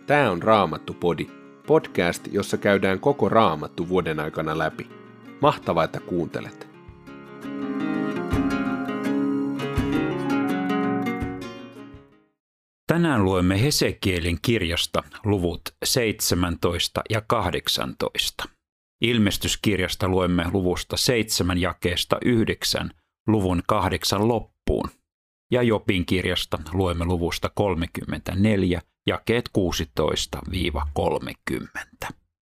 Tää on Raamattu-podi, podcast, jossa käydään koko Raamattu vuoden aikana läpi. Mahtavaa, että kuuntelet! Tänään luemme Hesekielin kirjasta luvut 17 ja 18. Ilmestyskirjasta luemme luvusta 7 jakeesta 9 luvun 8 loppuun. Ja Jobin kirjasta luemme luvusta 34 jakeet 16-30.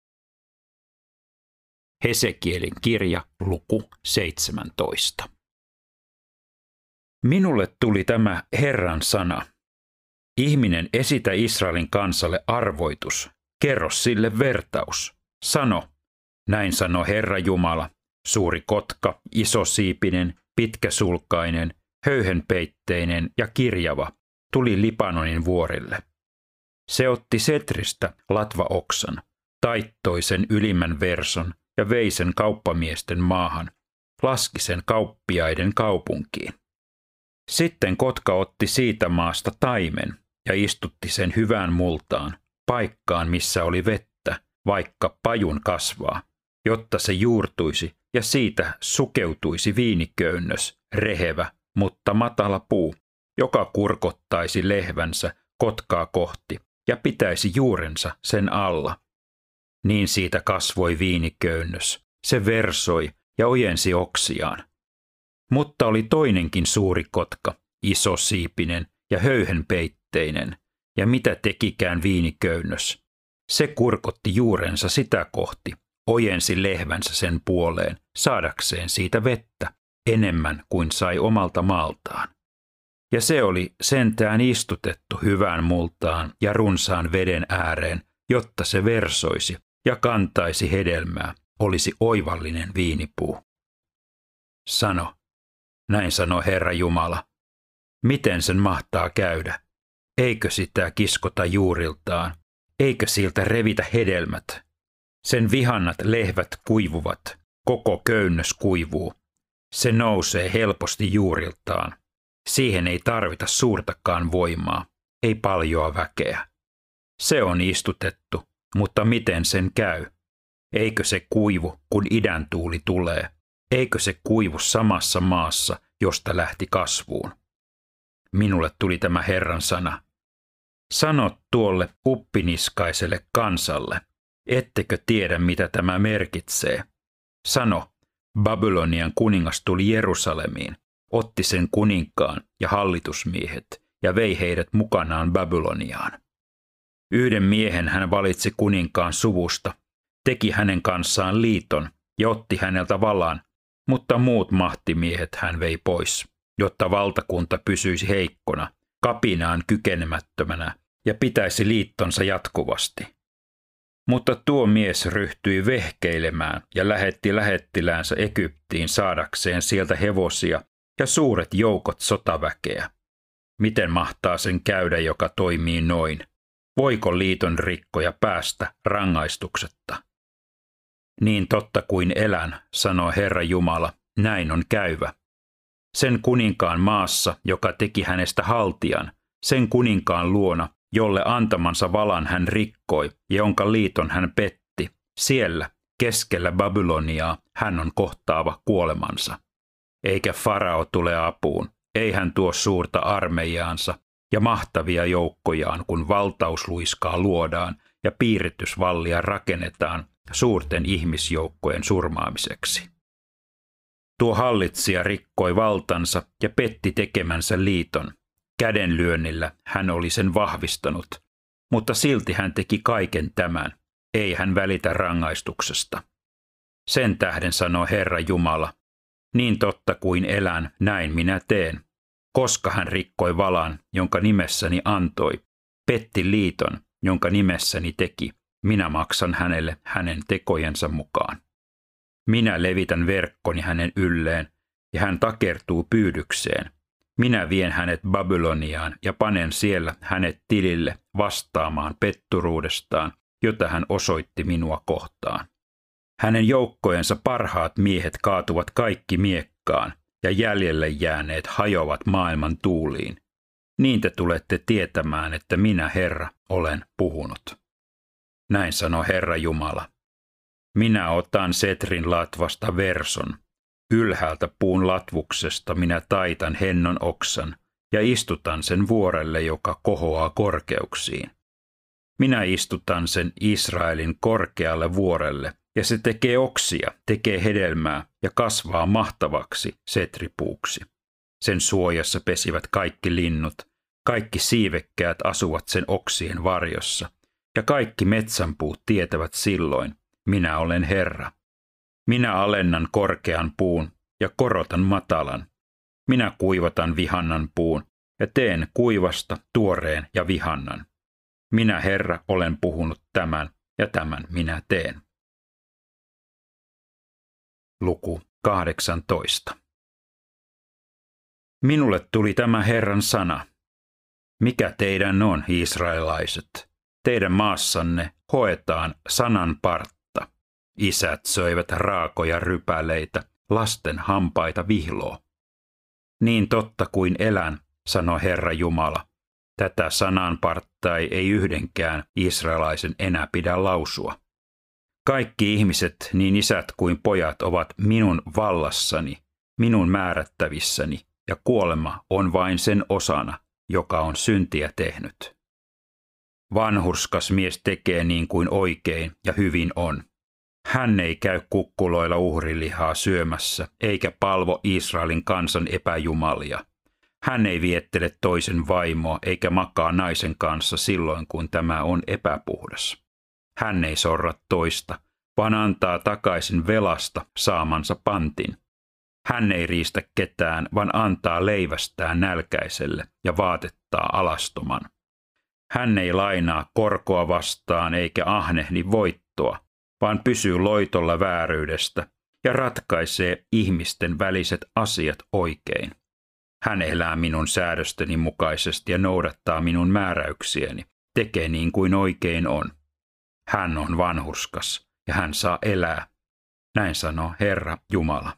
Hesekielin kirja luku 17. Minulle tuli tämä Herran sana. Ihminen, esitä Israelin kansalle arvoitus, kerro sille vertaus. Sano, näin sanoo Herra Jumala, suuri kotka, isosiipinen, pitkäsulkainen, höyhenpeitteinen ja kirjava, tuli Libanonin vuorille. Se otti setristä latvaoksan, taittoi sen ylimmän verson ja vei sen kauppamiesten maahan, laski sen kauppiaiden kaupunkiin. Sitten kotka otti siitä maasta taimen ja istutti sen hyvään multaan, paikkaan missä oli vettä, vaikka pajun kasvaa, jotta se juurtuisi ja siitä sukeutuisi viiniköynnös, rehevä, mutta matala puu, joka kurkottaisi lehvänsä kotkaa kohti ja pitäisi juurensa sen alla. Niin siitä kasvoi viiniköynnös, se versoi ja ojensi oksiaan. Mutta oli toinenkin suuri kotka, isosiipinen ja höyhenpeitteinen, ja mitä tekikään viiniköynnös? Se kurkotti juurensa sitä kohti, ojensi lehvänsä sen puoleen, saadakseen siitä vettä, enemmän kuin sai omalta maaltaan. Ja se oli sentään istutettu hyvään multaan ja runsaan veden ääreen, jotta se versoisi ja kantaisi hedelmää, olisi oivallinen viinipuu. Sano, näin sanoo Herra Jumala, miten sen mahtaa käydä? Eikö sitä kiskota juuriltaan? Eikö siltä revitä hedelmät? Sen vihannat lehvät kuivuvat, koko köynnös kuivuu. Se nousee helposti juuriltaan. Siihen ei tarvita suurtakaan voimaa, ei paljoa väkeä. Se on istutettu, mutta miten sen käy? Eikö se kuivu, kun idän tuuli tulee? Eikö se kuivu samassa maassa, josta lähti kasvuun? Minulle tuli tämä Herran sana. Sano tuolle uppiniskaiselle kansalle, ettekö tiedä mitä tämä merkitsee? Sano, Babylonian kuningas tuli Jerusalemiin, otti sen kuninkaan ja hallitusmiehet ja vei heidät mukanaan Babyloniaan. Yhden miehen hän valitsi kuninkaan suvusta, teki hänen kanssaan liiton ja otti häneltä valan, mutta muut mahtimiehet hän vei pois, jotta valtakunta pysyisi heikkona, kapinaan kykenemättömänä ja pitäisi liittonsa jatkuvasti. Mutta tuo mies ryhtyi vehkeilemään ja lähetti lähettiläänsä Egyptiin saadakseen sieltä hevosia ja suuret joukot sotaväkeä. Miten mahtaa sen käydä, joka toimii noin? Voiko liiton rikkoja päästä rangaistuksetta? Niin totta kuin elän, sanoo Herra Jumala, näin on käyvä. Sen kuninkaan maassa, joka teki hänestä haltijan, sen kuninkaan luona, jolle antamansa valan hän rikkoi ja jonka liiton hän petti, siellä, keskellä Babyloniaa, hän on kohtaava kuolemansa. Eikä farao tule apuun, ei hän tuo suurta armeijaansa ja mahtavia joukkojaan, kun valtausluiskaa luodaan ja piiritysvallia rakennetaan suurten ihmisjoukkojen surmaamiseksi. Tuo hallitsija rikkoi valtansa ja petti tekemänsä liiton. Kädenlyönnillä hän oli sen vahvistanut, mutta silti hän teki kaiken tämän. Ei hän välitä rangaistuksesta. Sen tähden sanoo Herra Jumala, niin totta kuin elän, näin minä teen. Koska hän rikkoi valan, jonka nimessäni antoi, petti liiton, jonka nimessäni teki, minä maksan hänelle hänen tekojensa mukaan. Minä levitän verkkoni hänen ylleen, ja hän takertuu pyydykseen. Minä vien hänet Babyloniaan ja panen siellä hänet tilille vastaamaan petturuudestaan, jota hän osoitti minua kohtaan. Hänen joukkojensa parhaat miehet kaatuvat kaikki miekkaan, ja jäljelle jääneet hajoavat maailman tuuliin. niin te tulette tietämään, että minä, Herra, olen puhunut. Näin sanoo Herra Jumala. Minä otan setrin latvasta verson. Ylhäältä puun latvuksesta minä taitan hennon oksan ja istutan sen vuorelle, joka kohoaa korkeuksiin. Minä istutan sen Israelin korkealle vuorelle, ja se tekee oksia, tekee hedelmää ja kasvaa mahtavaksi setripuuksi. Sen suojassa pesivät kaikki linnut, kaikki siivekkäät asuvat sen oksien varjossa, ja kaikki metsänpuut tietävät silloin, minä olen Herra. Minä alennan korkean puun ja korotan matalan. Minä kuivatan vihannan puun ja teen kuivasta tuoreen ja vihannan. Minä, Herra, olen puhunut tämän ja tämän minä teen. Luku 18. Minulle tuli tämä Herran sana. Mikä teidän on, israelaiset? Teidän maassanne hoetaan sananpartta. Isät söivät raakoja rypäleitä, lasten hampaita vihloo. Niin totta kuin elän, sanoi Herra Jumala. Tätä sananparttaa ei yhdenkään israelaisen enää pidä lausua. Kaikki ihmiset, niin isät kuin pojat, ovat minun vallassani, minun määrättävissäni, ja kuolema on vain sen osana, joka on syntiä tehnyt. Vanhurskas mies tekee niin kuin oikein ja hyvin on. Hän ei käy kukkuloilla uhrilihaa syömässä, eikä palvo Israelin kansan epäjumalia. Hän ei viettele toisen vaimoa, eikä makaa naisen kanssa silloin, kun tämä on epäpuhdas. Hän ei sorra toista, vaan antaa takaisin velasta saamansa pantin. Hän ei riistä ketään, vaan antaa leivästään nälkäiselle ja vaatettaa alastoman. Hän ei lainaa korkoa vastaan eikä ahnehdi voittoa, vaan pysyy loitolla vääryydestä ja ratkaisee ihmisten väliset asiat oikein. Hän elää minun säädösteni mukaisesti ja noudattaa minun määräyksiäni, tekee niin kuin oikein on. Hän on vanhurskas ja hän saa elää. Näin sanoo Herra Jumala.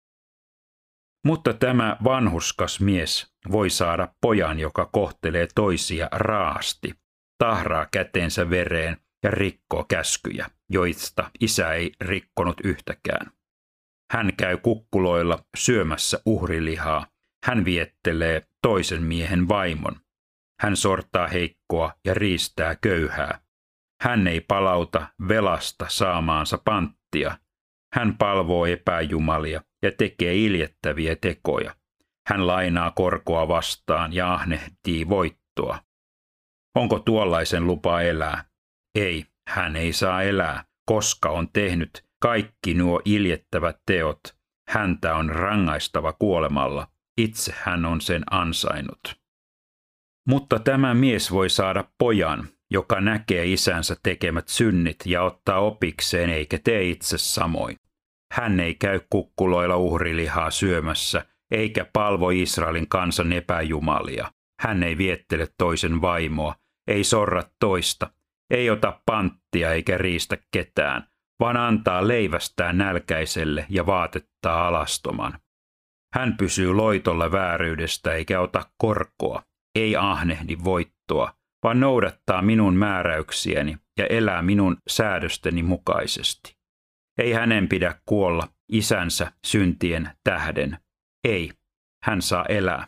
Mutta tämä vanhurskas mies voi saada pojan, joka kohtelee toisia raasti, tahraa käteensä vereen ja rikkoo käskyjä, joista isä ei rikkonut yhtäkään. Hän käy kukkuloilla syömässä uhrilihaa. Hän viettelee toisen miehen vaimon. Hän sortaa heikkoa ja riistää köyhää. Hän ei palauta velasta saamaansa panttia. Hän palvoo epäjumalia ja tekee iljettäviä tekoja. Hän lainaa korkoa vastaan ja ahnehtii voittoa. Onko tuollaisen lupa elää? Ei, hän ei saa elää, koska on tehnyt kaikki nuo iljettävät teot. Häntä on rangaistava kuolemalla. Itse hän on sen ansainnut. Mutta tämä mies voi saada pojan, joka näkee isänsä tekemät synnit ja ottaa opikseen eikä tee itse samoin. Hän ei käy kukkuloilla uhrilihaa syömässä, eikä palvo Israelin kansan epäjumalia. Hän ei viettele toisen vaimoa, ei sorra toista, ei ota panttia eikä riistä ketään, vaan antaa leivästään nälkäiselle ja vaatettaa alastoman. Hän pysyy loitolla vääryydestä eikä ota korkoa, ei ahnehdi voittoa, vaan noudattaa minun määräyksiäni ja elää minun säädösteni mukaisesti. Ei hänen pidä kuolla isänsä syntien tähden. Ei, hän saa elää.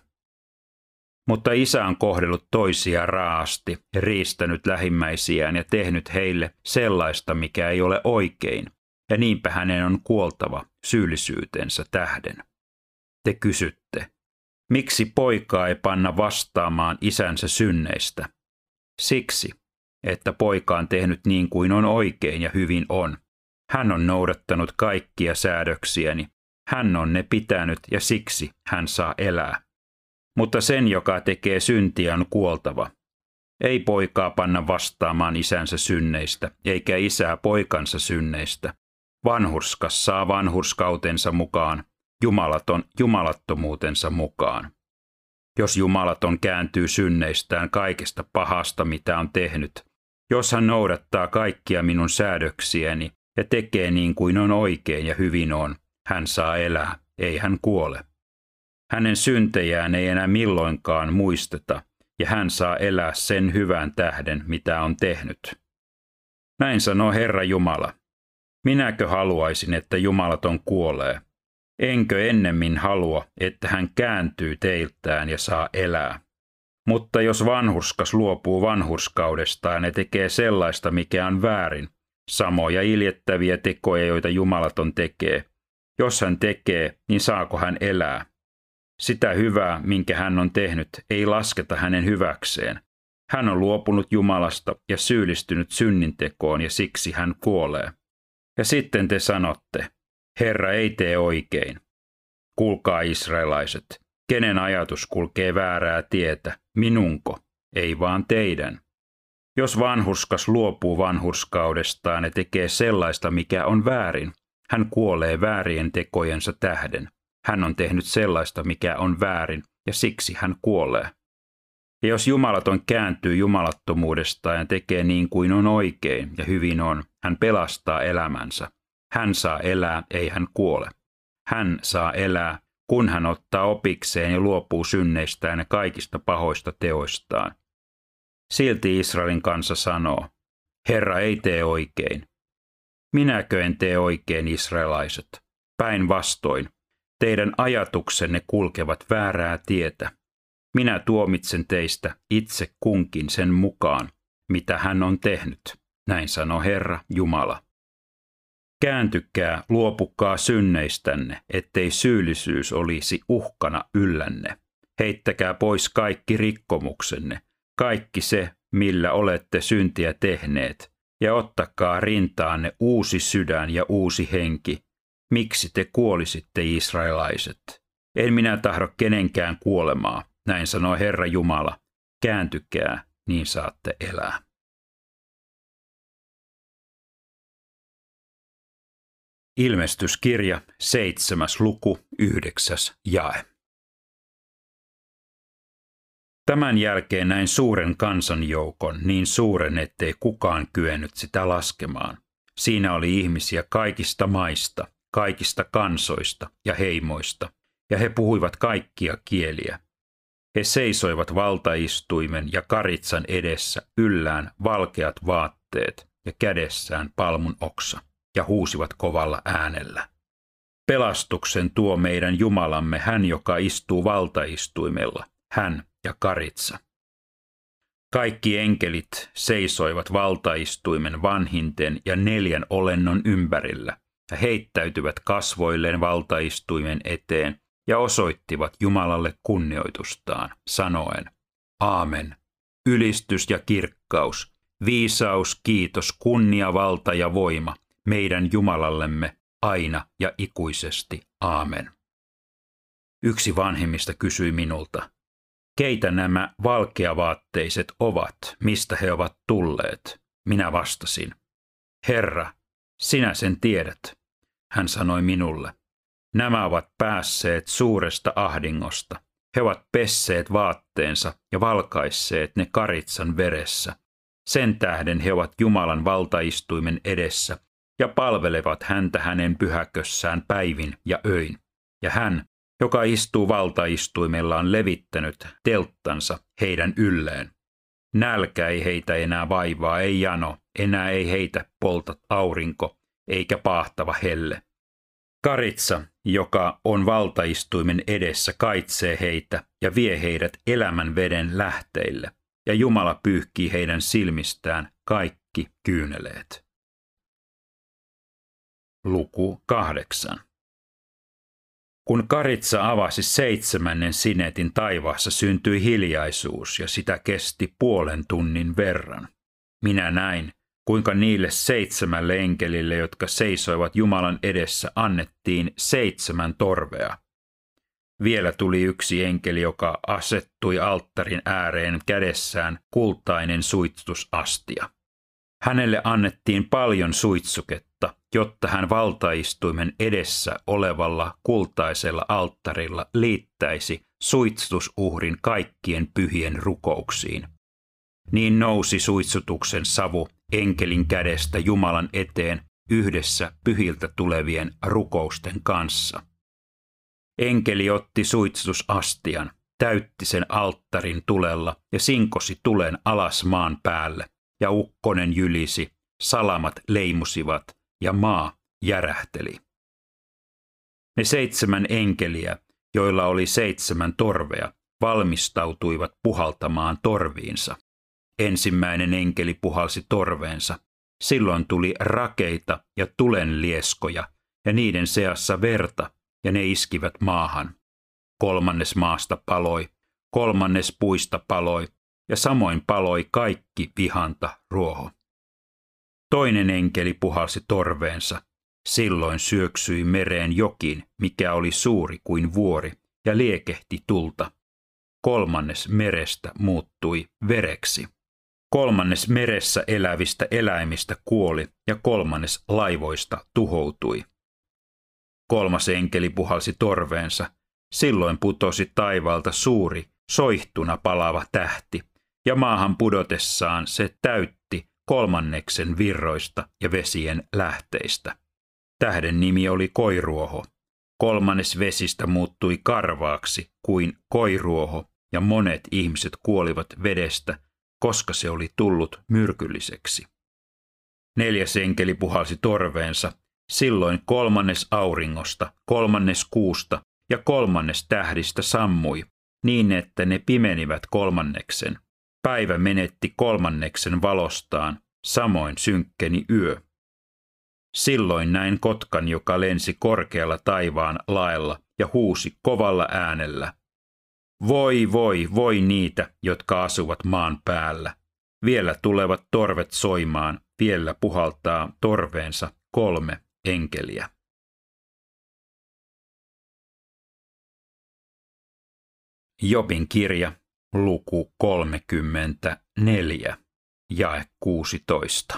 Mutta isä on kohdellut toisia raasti ja riistänyt lähimmäisiään ja tehnyt heille sellaista, mikä ei ole oikein, ja niinpä hänen on kuoltava syyllisyytensä tähden. Te kysytte, miksi poikaa ei panna vastaamaan isänsä synneistä? Siksi, että poika on tehnyt niin kuin on oikein ja hyvin on. Hän on noudattanut kaikkia säädöksiäni. Hän on ne pitänyt ja siksi hän saa elää. Mutta sen, joka tekee syntiä, on kuoltava. Ei poikaa panna vastaamaan isänsä synneistä, eikä isää poikansa synneistä. Vanhurskas saa vanhurskautensa mukaan, jumalaton jumalattomuutensa mukaan. Jos jumalaton kääntyy synneistään kaikesta pahasta, mitä on tehnyt, jos hän noudattaa kaikkia minun säädöksiäni ja tekee niin kuin on oikein ja hyvin on, hän saa elää, ei hän kuole. Hänen syntejään ei enää milloinkaan muisteta, ja hän saa elää sen hyvän tähden, mitä on tehnyt. Näin sanoo Herra Jumala. Minäkö haluaisin, että jumalaton kuolee? Enkö ennemmin halua, että hän kääntyy teiltään ja saa elää? Mutta jos vanhurskas luopuu vanhurskaudestaan ja tekee sellaista, mikä on väärin, samoja iljettäviä tekoja, joita jumalaton tekee, jos hän tekee, niin saako hän elää? Sitä hyvää, minkä hän on tehnyt, ei lasketa hänen hyväkseen. Hän on luopunut Jumalasta ja syyllistynyt synnintekoon ja siksi hän kuolee. Ja sitten te sanotte, Herra ei tee oikein. Kuulkaa israelaiset, kenen ajatus kulkee väärää tietä, minunko, ei vaan teidän. Jos vanhurskas luopuu vanhurskaudestaan ja tekee sellaista, mikä on väärin, hän kuolee väärien tekojensa tähden. Hän on tehnyt sellaista, mikä on väärin, ja siksi hän kuolee. Ja jos jumalaton kääntyy jumalattomuudestaan ja tekee niin kuin on oikein ja hyvin on, hän pelastaa elämänsä. Hän saa elää, ei hän kuole. Hän saa elää, kun hän ottaa opikseen ja luopuu synneistään ja kaikista pahoista teoistaan. Silti Israelin kansa sanoo, Herra ei tee oikein. Minäkö en tee oikein, israelaiset? Päinvastoin, teidän ajatuksenne kulkevat väärää tietä. Minä tuomitsen teistä itse kunkin sen mukaan, mitä hän on tehnyt. Näin sanoo Herra Jumala. Kääntykää, luopukaa synneistänne, ettei syyllisyys olisi uhkana yllänne. Heittäkää pois kaikki rikkomuksenne, kaikki se, millä olette syntiä tehneet, ja ottakaa rintaanne uusi sydän ja uusi henki. Miksi te kuolisitte, israelaiset? En minä tahdo kenenkään kuolemaa, näin sanoo Herra Jumala. Kääntykää, niin saatte elää. Ilmestyskirja, 7. luku, 9. jae. Tämän jälkeen näin suuren kansanjoukon, niin suuren, ettei kukaan kyennyt sitä laskemaan. Siinä oli ihmisiä kaikista maista, kaikista kansoista ja heimoista, ja he puhuivat kaikkia kieliä. He seisoivat valtaistuimen ja karitsan edessä yllään valkeat vaatteet ja kädessään palmun oksa, ja huusivat kovalla äänellä. Pelastuksen tuo meidän Jumalamme, hän joka istuu valtaistuimella, hän ja karitsa. Kaikki enkelit seisoivat valtaistuimen vanhinten ja 4 olennon ympärillä ja heittäytyvät kasvoilleen valtaistuimen eteen ja osoittivat Jumalalle kunnioitustaan, sanoen, Aamen, ylistys ja kirkkaus, viisaus, kiitos, kunnia, valta ja voima meidän Jumalallemme aina ja ikuisesti. Aamen. Yksi vanhimmista kysyi minulta, keitä nämä valkeavaatteiset ovat, mistä he ovat tulleet? Minä vastasin, Herra, sinä sen tiedät. Hän sanoi minulle, nämä ovat päässeet suuresta ahdingosta. He ovat pesseet vaatteensa ja valkaisseet ne karitsan veressä. Sen tähden he ovat Jumalan valtaistuimen edessä ja palvelevat häntä hänen pyhäkössään päivin ja öin. Ja hän, joka istuu valtaistuimella, on levittänyt telttansa heidän ylleen. Nälkä ei heitä enää vaivaa, ei jano, enää ei heitä polta aurinko, eikä paahtava helle. Karitsa, joka on valtaistuimen edessä, kaitsee heitä ja vie heidät elämän veden lähteille, ja Jumala pyyhkii heidän silmistään kaikki kyyneleet. Luku 8. Kun karitsa avasi 7. sinetin taivaassa, syntyi hiljaisuus ja sitä kesti 0,5 tunnin verran. Minä näin, kuinka niille 7 enkelille, jotka seisoivat Jumalan edessä, annettiin 7 torvea. Vielä tuli yksi enkeli, joka asettui alttarin ääreen kädessään kultainen suitsutusastia. Hänelle annettiin paljon suitsuketta, jotta hän valtaistuimen edessä olevalla kultaisella alttarilla liittäisi suitsutusuhrin kaikkien pyhien rukouksiin. Niin nousi suitsutuksen savu enkelin kädestä Jumalan eteen yhdessä pyhiltä tulevien rukousten kanssa. Enkeli otti suitsutusastian, täytti sen alttarin tulella ja sinkosi tulen alas maan päälle, ja ukkonen jylisi, salamat leimusivat ja maa järähteli. Ne 7 enkeliä, joilla oli 7 torvea, valmistautuivat puhaltamaan torviinsa. Ensimmäinen enkeli puhalsi torveensa. Silloin tuli rakeita ja tulenlieskoja ja niiden seassa verta, ja ne iskivät maahan. 3. maasta paloi, 3. puista paloi, ja samoin paloi kaikki vihanta ruoho. Toinen enkeli puhalsi torveensa. Silloin syöksyi mereen jokin, mikä oli suuri kuin vuori, ja liekehti tulta. 3. merestä muuttui vereksi. 3. meressä elävistä eläimistä kuoli, ja 3. laivoista tuhoutui. 3. enkeli puhalsi torveensa. Silloin putosi taivaalta suuri, soihtuna palava tähti, ja maahan pudotessaan se täytti 3. virroista ja vesien lähteistä. Tähden nimi oli koiruoho. 3. vesistä muuttui karvaaksi kuin koiruoho, ja monet ihmiset kuolivat vedestä, koska se oli tullut myrkylliseksi. 4. enkeli puhalsi torveensa. Silloin 3. auringosta, 3. kuusta ja 3. tähdistä sammui, niin että ne pimenivät 3. Päivä menetti 3. valostaan, samoin synkkeni yö. Silloin näin kotkan, joka lensi korkealla taivaan laella ja huusi kovalla äänellä. Voi, voi, voi niitä, jotka asuvat maan päällä. Vielä tulevat torvet soimaan, vielä puhaltaa torveensa 3 enkeliä. Jobin kirja, luku 34, jae 16.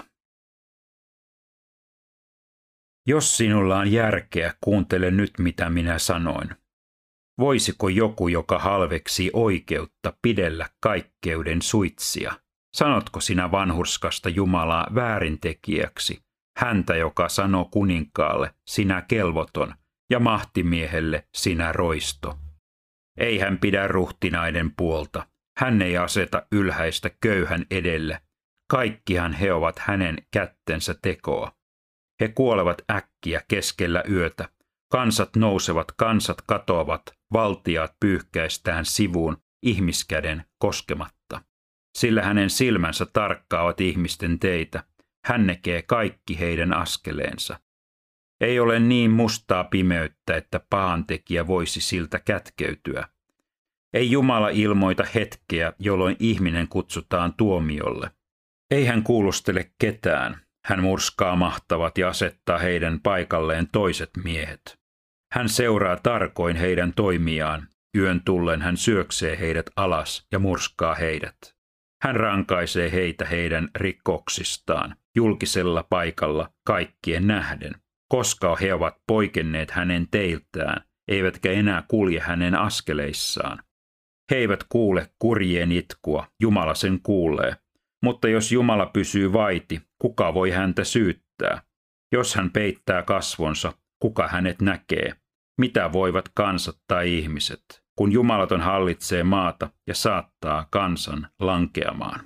Jos sinulla on järkeä, kuuntele nyt mitä minä sanoin. Voisiko joku, joka halveksii oikeutta, pidellä kaikkeuden suitsia? Sanotko sinä vanhurskasta Jumalaa väärintekijäksi, häntä, joka sanoo kuninkaalle, sinä kelvoton, ja mahtimiehelle, sinä roisto? Ei hän pidä ruhtinaiden puolta, hän ei aseta ylhäistä köyhän edelle, kaikkihan he ovat hänen kättensä tekoa. He kuolevat äkkiä keskellä yötä, kansat nousevat, kansat katoavat, valtiaat pyyhkäistään sivuun, ihmiskäden koskematta. Sillä hänen silmänsä tarkkaavat ihmisten teitä, hän näkee kaikki heidän askeleensa. Ei ole niin mustaa pimeyttä, että pahantekijä voisi siltä kätkeytyä. Ei Jumala ilmoita hetkeä, jolloin ihminen kutsutaan tuomiolle. Ei hän kuulustele ketään. Hän murskaa mahtavat ja asettaa heidän paikalleen toiset miehet. Hän seuraa tarkoin heidän toimiaan. Yön tullen hän syöksee heidät alas ja murskaa heidät. Hän rankaisee heitä heidän rikoksistaan julkisella paikalla kaikkien nähden, koska he ovat poikenneet hänen teiltään, eivätkä enää kulje hänen askeleissaan. He eivät kuule kurjien itkua, Jumala sen kuulee. Mutta jos Jumala pysyy vaiti, kuka voi häntä syyttää? Jos hän peittää kasvonsa, kuka hänet näkee? Mitä voivat kansat tai ihmiset, kun Jumalaton hallitsee maata ja saattaa kansan lankeamaan?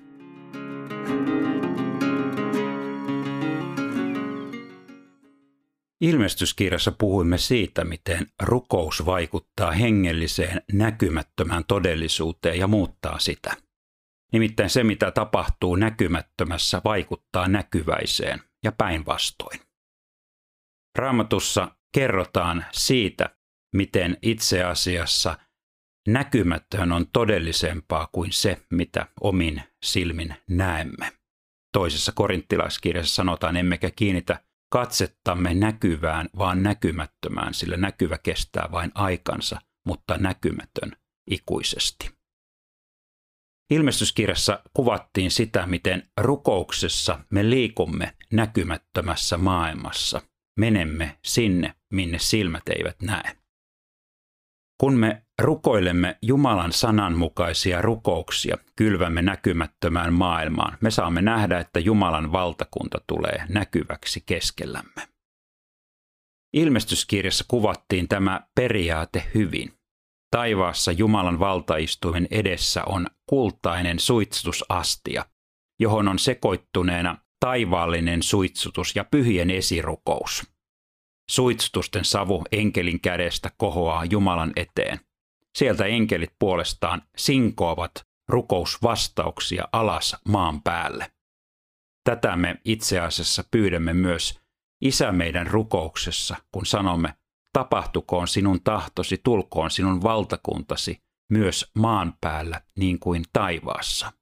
Ilmestyskirjassa puhuimme siitä, miten rukous vaikuttaa hengelliseen näkymättömään todellisuuteen ja muuttaa sitä. Nimittäin se, mitä tapahtuu näkymättömässä, vaikuttaa näkyväiseen ja päinvastoin. Raamatussa kerrotaan siitä, miten itse asiassa näkymätön on todellisempaa kuin se, mitä omin silmin näemme. Toisessa korinttilaiskirjassa sanotaan, emmekä kiinnitä katsettamme näkyvään, vaan näkymättömään, sillä näkyvä kestää vain aikansa, mutta näkymätön ikuisesti. Ilmestyskirjassa kuvattiin sitä, miten rukouksessa me liikumme näkymättömässä maailmassa. Menemme sinne, minne silmät eivät näe. Kun me rukoilemme Jumalan sanan mukaisia rukouksia, kylvämme näkymättömään maailmaan, me saamme nähdä, että Jumalan valtakunta tulee näkyväksi keskellämme. Ilmestyskirjassa kuvattiin tämä periaate hyvin. Taivaassa Jumalan valtaistuimen edessä on kultainen suitsutusastia, johon on sekoittuneena taivaallinen suitsutus ja pyhien esirukous. Suitsutusten savu enkelin kädestä kohoaa Jumalan eteen. Sieltä enkelit puolestaan sinkoavat rukousvastauksia alas maan päälle. Tätä me itse asiassa pyydämme myös Isä meidän rukouksessa, kun sanomme, tapahtukoon sinun tahtosi, tulkoon sinun valtakuntasi myös maan päällä niin kuin taivaassa.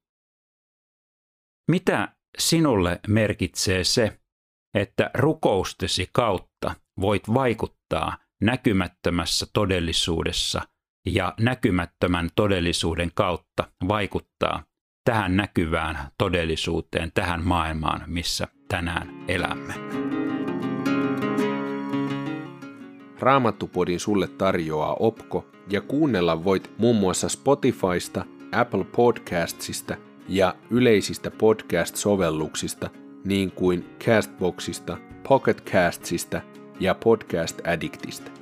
Mitä sinulle merkitsee se, että rukoustesi kautta voit vaikuttaa näkymättömässä todellisuudessa ja näkymättömän todellisuuden kautta vaikuttaa tähän näkyvään todellisuuteen, tähän maailmaan, missä tänään elämme? Raamattupodin sulle tarjoaa Opko ja kuunnella voit muun muassa Spotifysta, Apple Podcastsista ja yleisistä podcast-sovelluksista niin kuin Castboxista, Pocket Castsista ja Podcast Addictista.